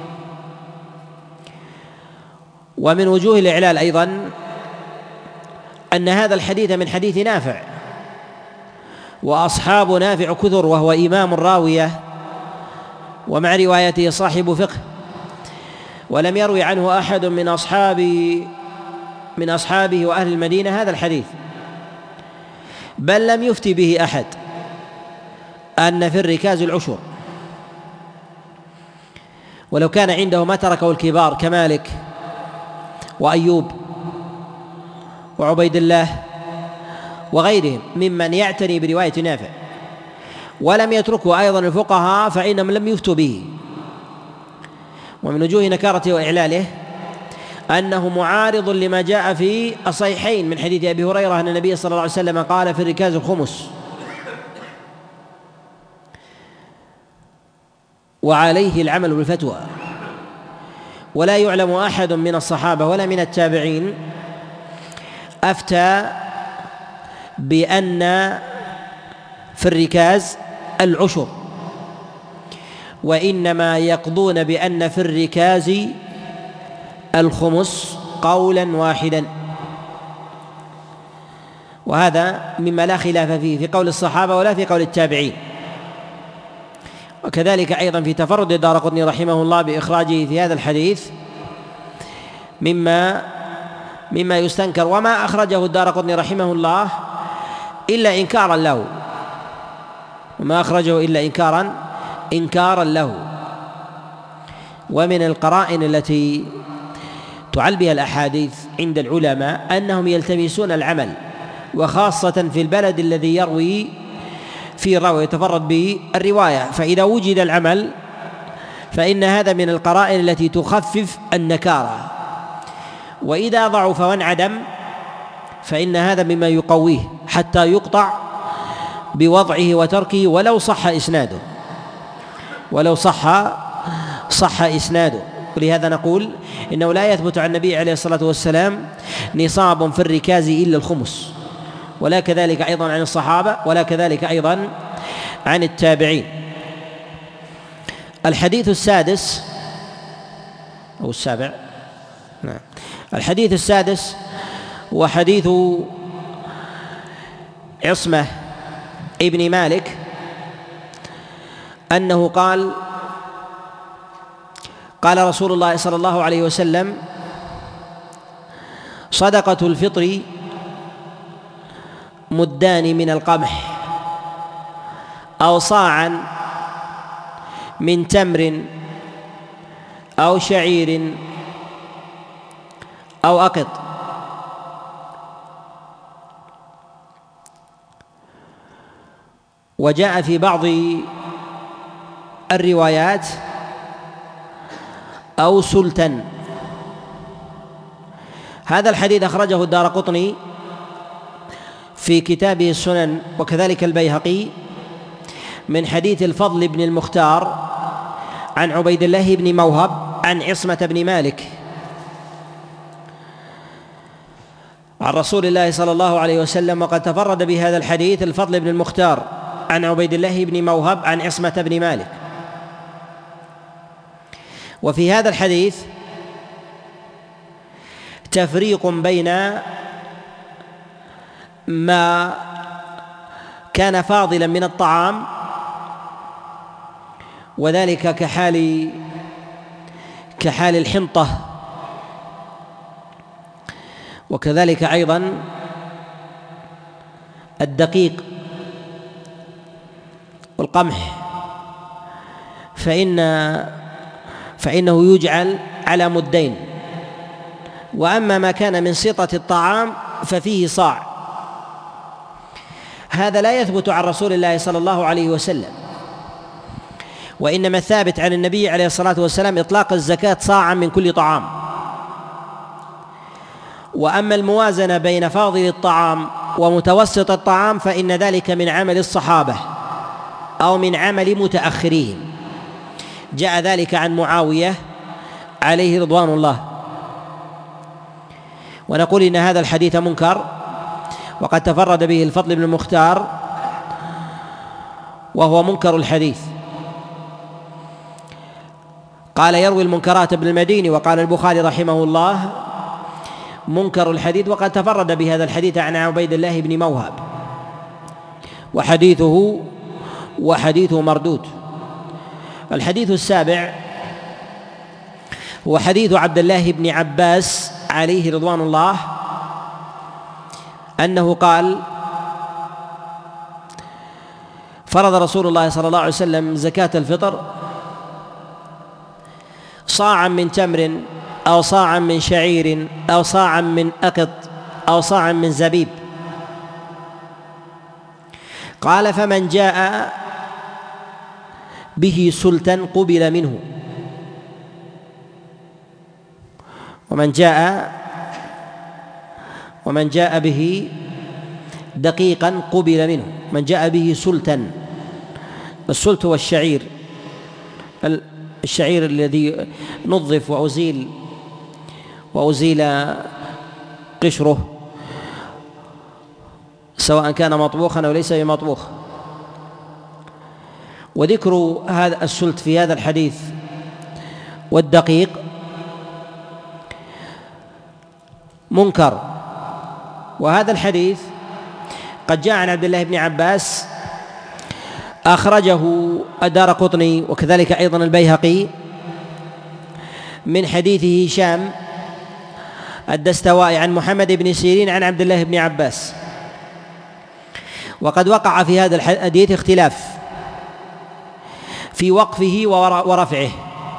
ومن وجوه الإعلال أيضا أن هذا الحديث من حديث نافع، وأصحاب نافع كثر، وهو إمام الراوية ومع روايته صاحب فقه، ولم يروي عنه أحد من أصحابه وأهل المدينة هذا الحديث، بل لم يفتي به أحد أن في الركاز العشر، ولو كان عنده ما تركه الكبار كمالك وأيوب وعبيد الله وغيرهم ممن يعتني برواية نافع، ولم يتركه أيضا الفقهاء فإنهم لم يفتوا به. ومن وجوه نكارته وإعلاله أنه معارض لما جاء في الصحيحين من حديث أبي هريرة أن النبي صلى الله عليه وسلم قال في الركاز الخمس، وعليه العمل بالفتوى. ولا يعلم أحد من الصحابة ولا من التابعين أفتى بأن في الركاز العشر، وإنما يقضون بأن في الركاز الخمس قولا واحدا، وهذا مما لا خلاف فيه في قول الصحابة ولا في قول التابعين. وكذلك أيضا في تفرد الدارقطني رحمه الله بإخراجه في هذا الحديث مما يستنكر، وما أخرجه الدارقطني رحمه الله إلا إنكارا له، وما أخرجه إلا إنكارا له. ومن القرائن التي تعل بها الأحاديث عند العلماء أنهم يلتمسون العمل، وخاصة في البلد الذي يروي فيه الراوي يتفرد بالرواية، فإذا وجد العمل فإن هذا من القرائن التي تخفف النكارة، وإذا ضعف وانعدم فإن هذا مما يقويه حتى يقطع بوضعه وتركه ولو صح إسناده. ولهذا نقول إنه لا يثبت عن النبي عليه الصلاة والسلام نصاب في الركاز إلا الخمس، ولا كذلك أيضا عن الصحابة، ولا كذلك أيضا عن التابعين. الحديث السادس أو السابع، نعم، الحديث السادس وحديث عصمة ابن مالك أنه قال رسول الله صلى الله عليه وسلم: صدقة الفطر مدان من القمح أو صاعا من تمر أو شعير أو أقط. وجاء في بعض الروايات أو سلتا. هذا الحديث أخرجه الدارقطني في كتابه السنن، وكذلك البيهقي من حديث الفضل بن المختار عن عبيد الله بن موهب عن عصمة بن مالك عن رسول الله صلى الله عليه وسلم. وقد تفرد بهذا الحديث الفضل بن المختار عن عبيد الله بن موهب عن عصمة بن مالك. وفي هذا الحديث تفريق بين ما كان فاضلا من الطعام، وذلك كحال الحنطة، وكذلك أيضا الدقيق والقمح، فإنه يجعل على مدين. وأما ما كان من سطة الطعام ففيه صاع. هذا لا يثبت عن رسول الله صلى الله عليه وسلم، وإنما الثابت عن النبي عليه الصلاة والسلام إطلاق الزكاة صاعا من كل طعام. وأما الموازنة بين فاضل الطعام ومتوسط الطعام فإن ذلك من عمل الصحابة أو من عمل متأخرين. جاء ذلك عن معاوية عليه رضوان الله. ونقول إن هذا الحديث منكر، وقد تفرد به الفضل بن المختار وهو منكر الحديث. قال يروي المنكرات ابن المديني، وقال البخاري رحمه الله منكر الحديث، وقد تفرد بهذا الحديث عن عبيد الله بن موهب، وحديثه مردود. الحديث السابع هو حديث عبد الله بن عباس عليه رضوان الله أنه قال: فرض رسول الله صلى الله عليه وسلم زكاة الفطر صاعا من تمر أو صاعا من شعير أو صاعا من أقط أو صاعا من زبيب. قال: فمن جاء به سلتا قبل منه، ومن جاء به دقيقا قبل منه. من جاء به سلتا، السلت هو الشعير الذي نظف وأزيل قشره، سواء كان مطبوخا أو ليس بمطبوخ. وذكر هذا السلت في هذا الحديث والدقيق منكر. وهذا الحديث قد جاء عن عبد الله بن عباس، أخرجه الدارقطني وكذلك أيضا البيهقي من حديث هشام الدستوائي عن محمد بن سيرين عن عبد الله بن عباس. وقد وقع في هذا الحديث اختلاف في وقفه ورفعه.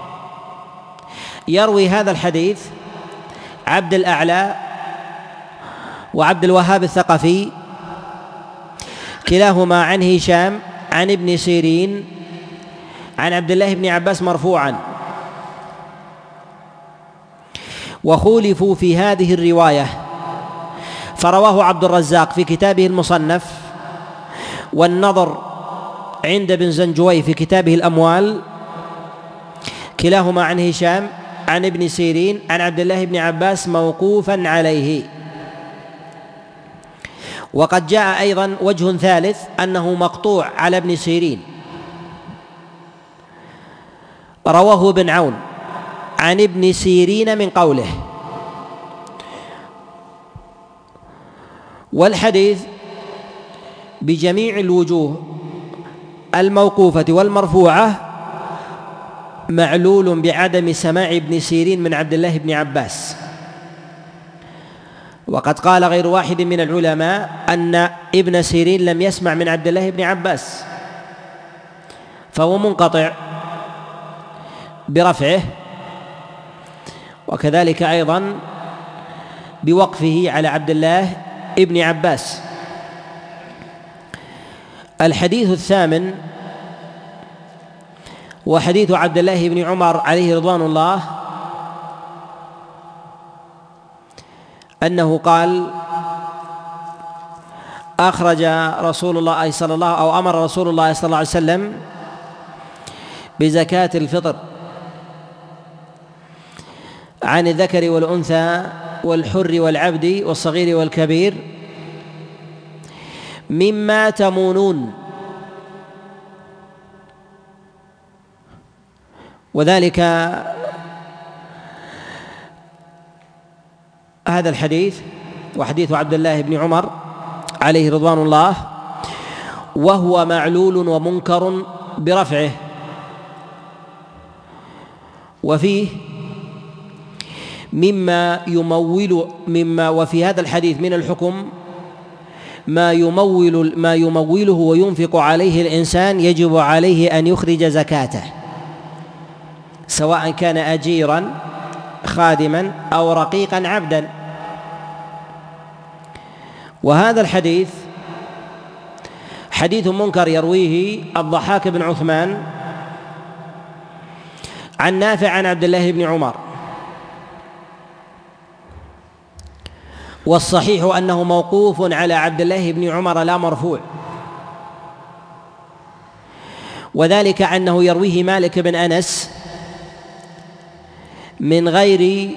يروي هذا الحديث عبد الأعلى وعبد الوهاب الثقفي كلاهما عن هشام عن ابن سيرين عن عبد الله بن عباس مرفوعا، وخولفوا في هذه الرواية، فرواه عبد الرزاق في كتابه المصنف، والنضر عند ابن زنجوي في كتابه الأموال، كلاهما عن هشام عن ابن سيرين عن عبد الله بن عباس موقوفا عليه. وقد جاء أيضا وجه ثالث أنه مقطوع على ابن سيرين، رواه ابن عون عن ابن سيرين من قوله. والحديث بجميع الوجوه الموقوفة والمرفوعة معلول بعدم سماع ابن سيرين من عبد الله بن عباس. وقد قال غير واحد من العلماء أن ابن سيرين لم يسمع من عبد الله بن عباس، فهو منقطع برفعه، وكذلك أيضا بوقفه على عبد الله ابن عباس. الحديث الثامن وحديث عبد الله بن عمر عليه رضوان الله أنه قال: أخرج رسول الله صلى الله أو أمر رسول الله صلى الله عليه وسلم بزكاة الفطر عن الذكر والأنثى والحر والعبد والصغير والكبير مما تمونون. وذلك هذا الحديث وحديث عبد الله بن عمر عليه رضوان الله وهو معلول ومنكر برفعه، وفيه وفي هذا الحديث من الحكم ما يموله وينفق عليه الإنسان يجب عليه أن يخرج زكاته، سواء كان أجيرا خادما أو رقيقا عبدا. وهذا الحديث حديث منكر يرويه الضحاك بن عثمان عن نافع عن عبد الله بن عمر، والصحيح أنه موقوف على عبد الله بن عمر لا مرفوع، وذلك أنه يرويه مالك بن أنس من غير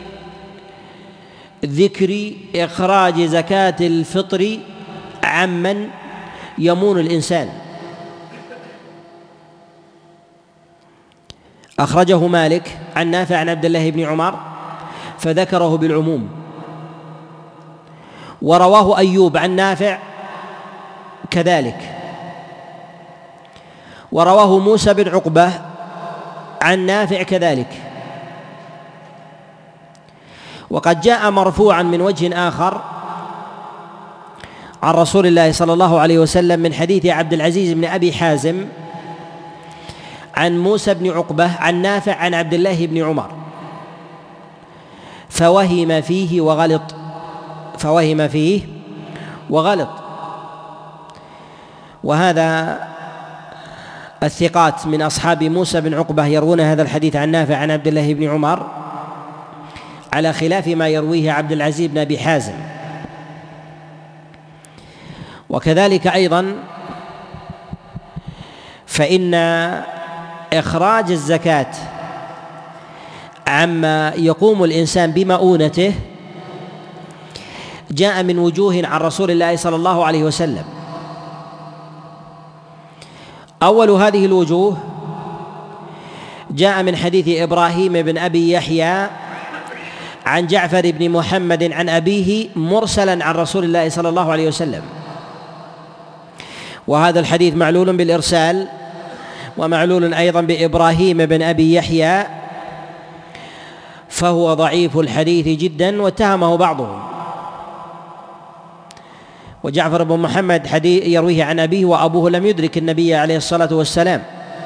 ذكر إخراج زكاة الفطر عمن يمون الإنسان. أخرجه مالك عن نافع عن عبد الله بن عمر فذكره بالعموم، ورواه أيوب عن نافع كذلك، ورواه موسى بن عقبة عن نافع كذلك. وقد جاء مرفوعا من وجه آخر عن رسول الله صلى الله عليه وسلم من حديث عبد العزيز بن أبي حازم عن موسى بن عقبة عن نافع عن عبد الله بن عمر فوهم فيه وغلط. وهذا الثقات من أصحاب موسى بن عقبة يروون هذا الحديث عن نافع عن عبد الله بن عمر على خلاف ما يرويه عبد العزيز بن أبي حازم. وكذلك أيضا فإن إخراج الزكاة عما يقوم الإنسان بمؤونته جاء من وجوه عن رسول الله صلى الله عليه وسلم. أول هذه الوجوه جاء من حديث إبراهيم بن أبي يحيى عن جعفر بن محمد عن أبيه مرسلا عن رسول الله صلى الله عليه وسلم، وهذا الحديث معلول بالإرسال ومعلول أيضا بإبراهيم بن أبي يحيى، فهو ضعيف الحديث جدا واتهمه بعضهم. وجعفر بن محمد حديث يرويه عن أبيه وأبوه لم يدرك النبي عليه الصلاة والسلام.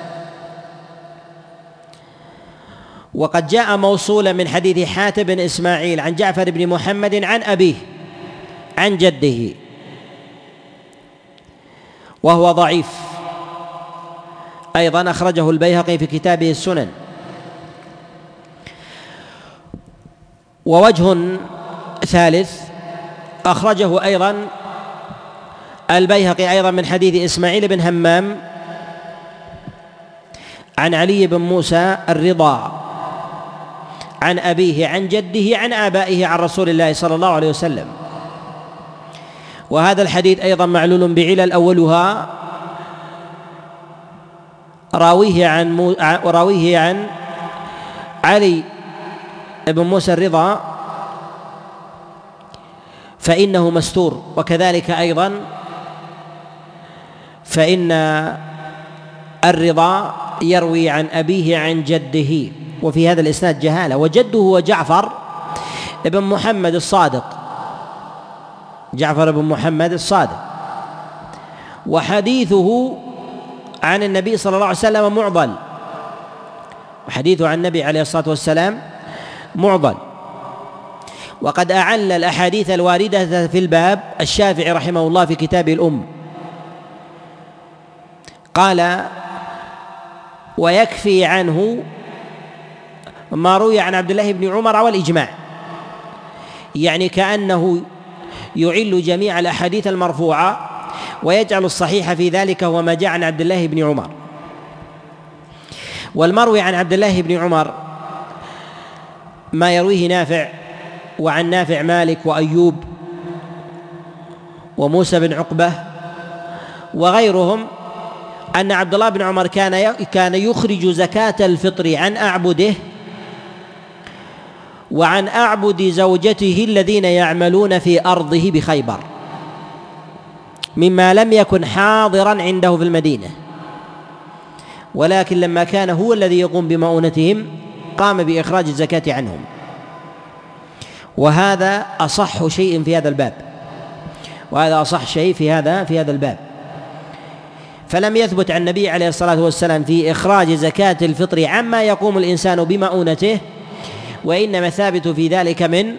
وقد جاء موصولا من حديث حاتم بن إسماعيل عن جعفر بن محمد عن أبيه عن جده، وهو ضعيف أيضا، أخرجه البيهقي في كتابه السنن. ووجه ثالث أخرجه أيضا البيهقي أيضا من حديث إسماعيل بن همام عن علي بن موسى الرضا عن أبيه عن جده عن آبائه عن رسول الله صلى الله عليه وسلم. وهذا الحديث أيضا معلول بعلل، أولها راويه عن علي بن موسى الرضا فإنه مستور، وكذلك أيضا فإن الرضا يروي عن أبيه عن جده، وفي هذا الإسناد جهالة، وجده هو جعفر بن محمد الصادق، جعفر بن محمد الصادق، وحديثه عن النبي صلى الله عليه وسلم معضل، وحديثه عن النبي عليه الصلاة والسلام معضل. وقد أعل الأحاديث الواردة في الباب الشافعي رحمه الله في كتابه الأم، قال: ويكفي عنه ما روي عن عبد الله بن عمر والإجماع، يعني كأنه يعل جميع الأحاديث المرفوعة ويجعل الصحيح في ذلك هو ما جاء عن عبد الله بن عمر. والمروي عن عبد الله بن عمر ما يرويه نافع، وعن نافع مالك وأيوب وموسى بن عقبة وغيرهم، أن عبد الله بن عمر كان يخرج زكاة الفطر عن أعبده وعن أعبد زوجته الذين يعملون في أرضه بخيبر، مما لم يكن حاضرا عنده في المدينة، ولكن لما كان هو الذي يقوم بمؤونتهم قام بإخراج الزكاة عنهم. وهذا أصح شيء في هذا الباب، وهذا أصح شيء في هذا الباب. فلم يثبت عن النبي عليه الصلاة والسلام في إخراج زكاة الفطر عما يقوم الإنسان بمؤونته، وإنما ثابت في ذلك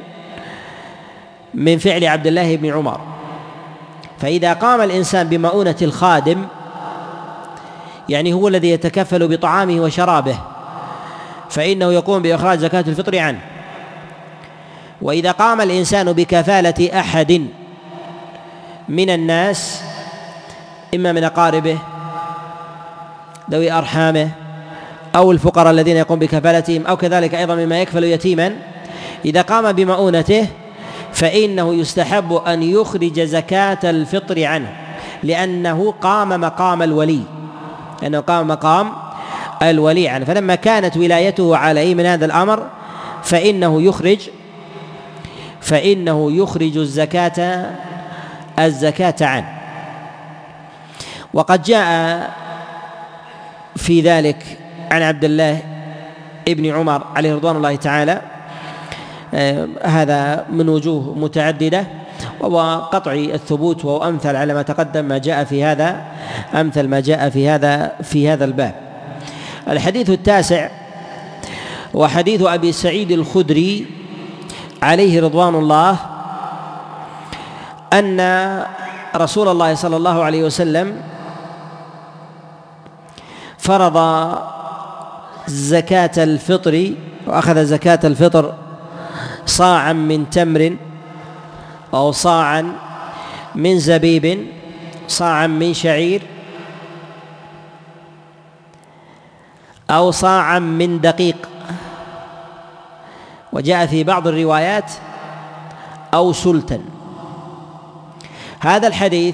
من فعل عبد الله بن عمر. فإذا قام الإنسان بمؤونة الخادم، يعني هو الذي يتكفل بطعامه وشرابه، فإنه يقوم بإخراج زكاة الفطر عنه. وإذا قام الإنسان بكفالة أحد من الناس، إما من أقاربه ذوي أرحامه أو الفقراء الذين يقوم بكفالتهم، أو كذلك أيضا مما يكفل يتيما، إذا قام بمؤونته فإنه يستحب أن يخرج زكاة الفطر عنه، لأنه قام مقام الولي عنه. فلما كانت ولايته عليه من هذا الأمر فإنه يخرج الزكاة عنه. وقد جاء في ذلك عن عبد الله ابن عمر عليه رضوان الله تعالى هذا من وجوه متعددة، وقطع الثبوت وهو أمثل على ما تقدم ما جاء في هذا، أمثل ما جاء في هذا الباب. الحديث التاسع وحديث أبي سعيد الخدري عليه رضوان الله أن رسول الله صلى الله عليه وسلم فرض زكاة الفطر، وأخذ زكاة الفطر صاعا من تمر أو صاعا من زبيب، صاعا من شعير، أو صاعا من دقيق، وجاء في بعض الروايات أو سلتا. هذا الحديث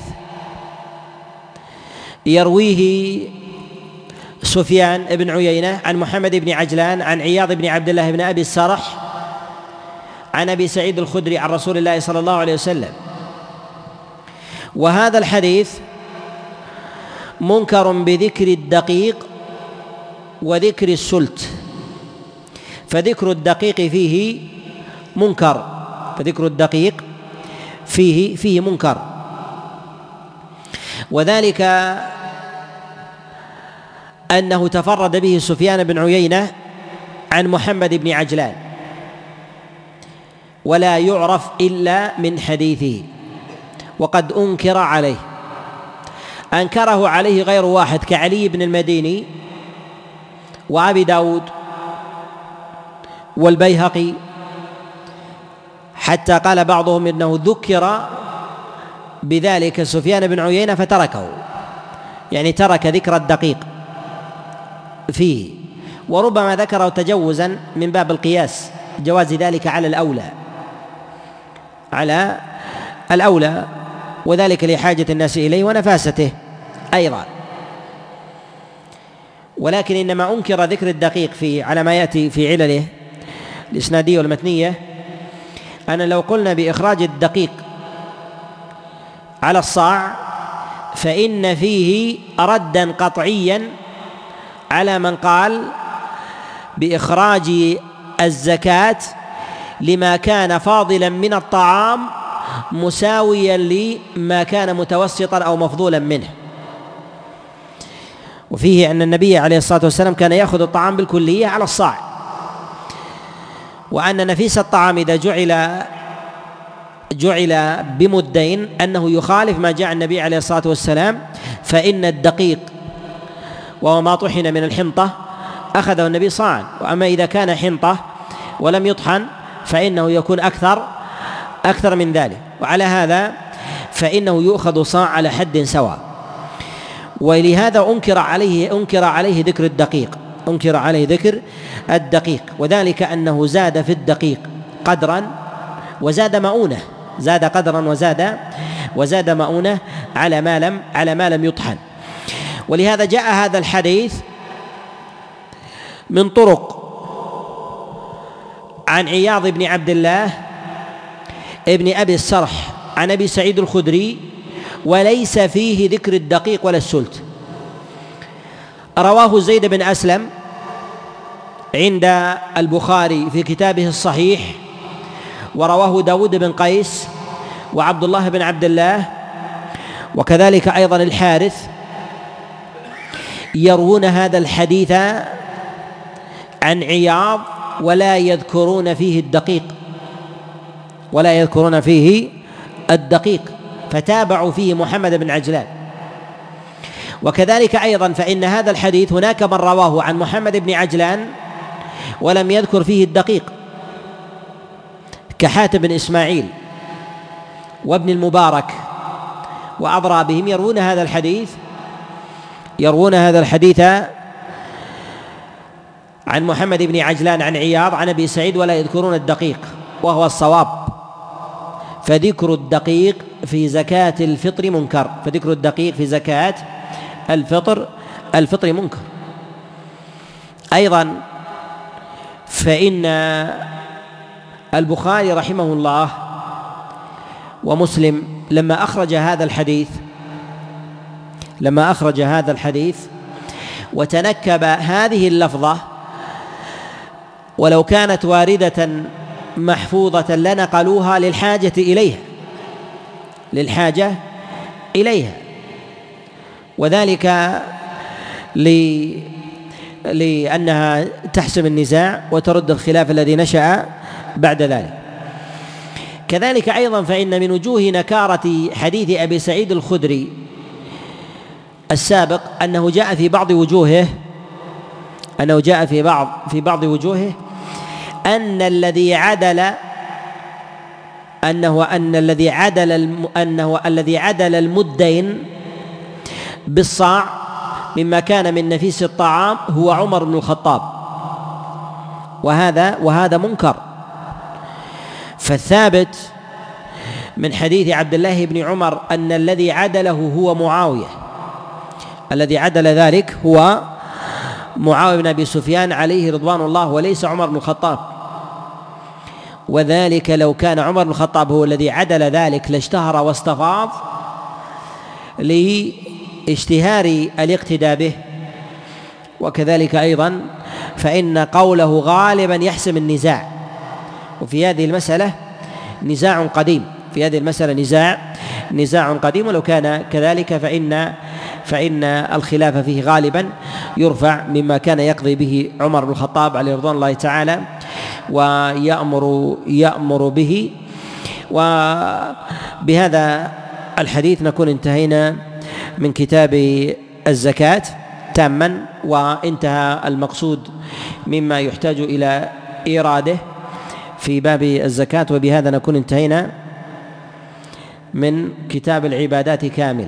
يرويه سفيان بن عيينة عن محمد بن عجلان عن عياض بن عبد الله بن أبي السرح عن أبي سعيد الخدري عن رسول الله صلى الله عليه وسلم. وهذا الحديث منكر بذكر الدقيق وذكر السلت، فذكر الدقيق فيه منكر، وذلك أنه تفرد به سفيان بن عيينة عن محمد بن عجلان، ولا يعرف إلا من حديثه، وقد أنكره عليه غير واحد كعلي بن المديني وأبي داود والبيهقي، حتى قال بعضهم إنه ذكر بذلك سفيان بن عيينة فتركه، يعني ترك ذكر الدقيق فيه، وربما ذكره تجوزا من باب القياس، جواز ذلك على الأولى وذلك لحاجة الناس إليه ونفاسته أيضا. ولكن إنما أنكر ذكر الدقيق على ما يأتي في علله الإسنادية والمتنية، أن لو قلنا بإخراج الدقيق على الصاع فإن فيه ردا قطعيا على من قال بإخراج الزكاة لما كان فاضلا من الطعام مساويا لما كان متوسطا أو مفضولا منه. وفيه أن النبي عليه الصلاة والسلام كان يأخذ الطعام بالكلية على الصاع، وأن نفيس الطعام إذا جعل بمدين أنه يخالف ما جاء النبي عليه الصلاة والسلام، فإن الدقيق وهو ما طحن من الحنطة أخذه النبي صاعا، وأما إذا كان حنطة ولم يطحن فإنه يكون أكثر من ذلك، وعلى هذا فإنه يؤخذ صاع على حد سواء. ولهذا أنكر عليه ذكر الدقيق، وذلك أنه زاد في الدقيق قدرا وزاد مؤونة، زاد قدرا وزاد مؤونة على ما لم يطحن. ولهذا جاء هذا الحديث من طرق عن عياض بن عبد الله ابن أبي السرح عن أبي سعيد الخدري، وليس فيه ذكر الدقيق ولا السلت. رواه زيد بن أسلم عند البخاري في كتابه الصحيح، ورواه داود بن قيس وعبد الله بن عبد الله، وكذلك أيضا الحارث، يروون هذا الحديث عن عياض ولا يذكرون فيه الدقيق، فتابعوا فيه محمد بن عجلان. وكذلك أيضا فإن هذا الحديث هناك من رواه عن محمد بن عجلان ولم يذكر فيه الدقيق، كحاتم بن إسماعيل وابن المبارك وأضرى بهم، يروون هذا الحديث عن محمد بن عجلان عن عياض عن أبي سعيد ولا يذكرون الدقيق، وهو الصواب. فذكر الدقيق في زكاة الفطر منكر، الفطر منكر. أيضا فإن البخاري رحمه الله ومسلم لما أخرج هذا الحديث وتنكب هذه اللفظة، ولو كانت واردة محفوظة لنقلوها للحاجة إليها، وذلك لأنها تحسم النزاع وترد الخلاف الذي نشأ بعد ذلك. كذلك أيضا فإن من وجوه نكارة حديث أبي سعيد الخدري السابق أنه جاء في بعض وجوهه أن الذي عدل المدين بالصاع مما كان من نفيس الطعام هو عمر بن الخطاب، وهذا منكر. فالثابت من حديث عبد الله بن عمر أن الذي عدله هو معاوية، الذي عدل ذلك هو معاوية بن أبي سفيان عليه رضوان الله، وليس عمر بن الخطاب. وذلك لو كان عمر بن الخطاب هو الذي عدل ذلك لاشتهر واستفاض لاشتهار الاقتداء به. وكذلك أيضا فإن قوله غالبا يحسم النزاع، وفي هذه المسألة نزاع قديم، ولو كان كذلك فإن الخلاف فيه غالبا يرفع مما كان يقضي به عمر بن الخطاب عليه رضوان الله تعالى ويأمر به. وبهذا الحديث نكون انتهينا من كتاب الزكاة تاما، وانتهى المقصود مما يحتاج إلى إيراده في باب الزكاة. وبهذا نكون انتهينا من كتاب العبادات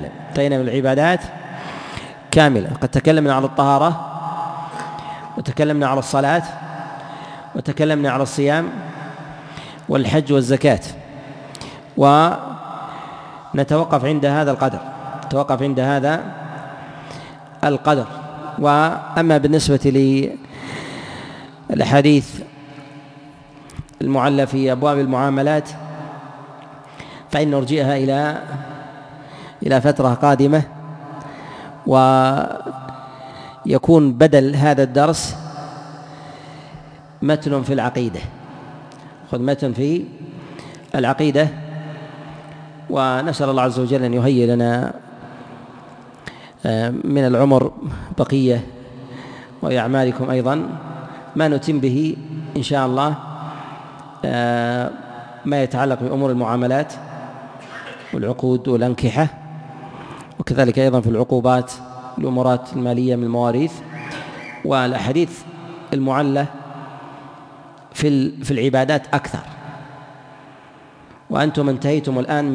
كاملة. قد تكلمنا على الطهارة، وتكلمنا على الصلاة، وتكلمنا على الصيام والحج والزكاة، ونتوقف عند هذا القدر. وأما بالنسبة للحديث المعلى في أبواب المعاملات فإن نرجئها إلى فترة قادمة، ويكون بدل هذا الدرس متن في العقيدة، خذ متن في العقيدة. ونسأل الله عز وجل أن يهيئ لنا من العمر بقية وأعمالكم أيضا ما نتم به إن شاء الله ما يتعلق بأمور المعاملات والعقود والأنكحة، وكذلك أيضا في العقوبات الأمورات المالية من المواريث والأحاديث المعلة في العبادات أكثر. وأنتم انتهيتم الآن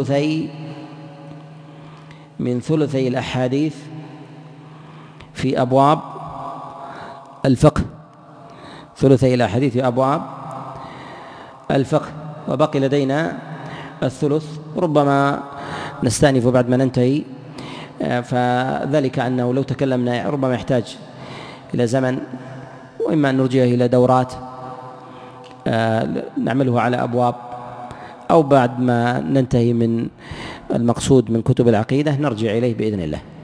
من ثلثي الأحاديث في أبواب الفقه، ثلثي الأحاديث في أبواب الفقه، وبقي لدينا الثلث، ربما نستأنف بعد ما ننتهي، فذلك أنه لو تكلمنا ربما يحتاج إلى زمن، وإما أن نرجعه إلى دورات نعمله على أبواب، أو بعد ما ننتهي من المقصود من كتب العقيدة نرجع إليه بإذن الله.